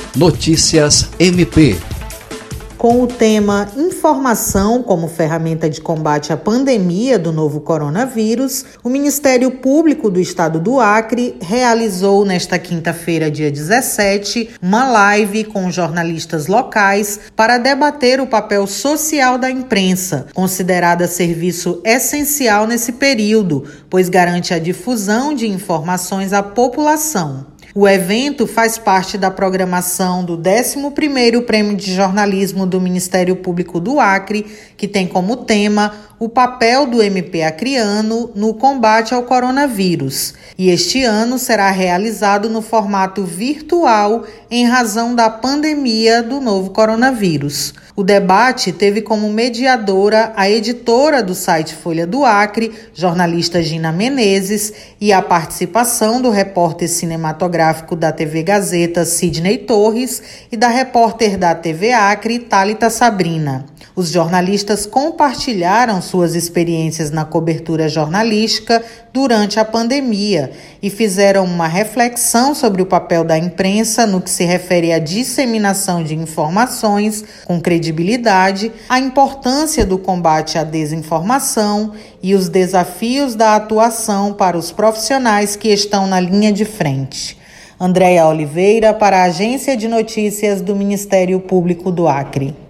Notícias MP. Com o tema Informação como ferramenta de combate à pandemia do novo coronavírus, o Ministério Público do Estado do Acre realizou nesta quinta-feira, dia 17, uma live com jornalistas locais para debater o papel social da imprensa, considerada serviço essencial nesse período, pois garante a difusão de informações à população. O evento faz parte da programação do 11º Prêmio de Jornalismo do Ministério Público do Acre, que tem como tema o papel do MP acreano no combate ao coronavírus. E este ano será realizado no formato virtual em razão da pandemia do novo coronavírus. O debate teve como mediadora a editora do site Folha do Acre, jornalista Gina Menezes, e a participação do repórter cinematográfico da TV Gazeta, Sidney Torres, e da repórter da TV Acre, Thalita Sabrina. Os jornalistas compartilharam suas experiências na cobertura jornalística durante a pandemia e fizeram uma reflexão sobre o papel da imprensa no que se refere à disseminação de informações com credibilidade, a importância do combate à desinformação e os desafios da atuação para os profissionais que estão na linha de frente. Andréia Oliveira, para a Agência de Notícias do Ministério Público do Acre.